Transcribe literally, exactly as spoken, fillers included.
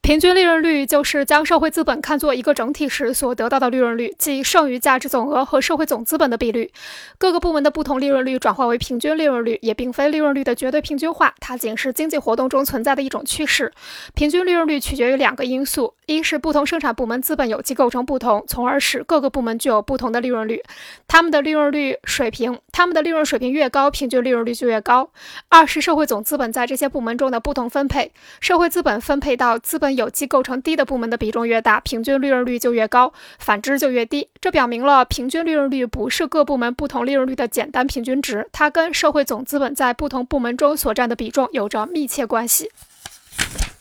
平均利润率就是将社会资本看作一个整体时所得到的利润率，即剩余价值总额和社会总资本的比率。各个部门的不同利润率转化为平均利润率，也并非利润率的绝对平均化，它仅是经济活动中存在的一种趋势。平均利润率取决于两个因素，一是不同生产部门资本有机构成不同，从而使各个部门具有不同的利润率，它们的利润率水平，它们的利润水平越高，平均利润率就越高。二是社会总资本在这些部门中的不同分配，社会资本分配到资本有机构成低的部门的比重越大，平均利润率就越高，反之就越低。这表明了平均利润率不是各部门不同利润率的简单平均值，它跟社会总资本在不同部门中所占的比重有着密切关系。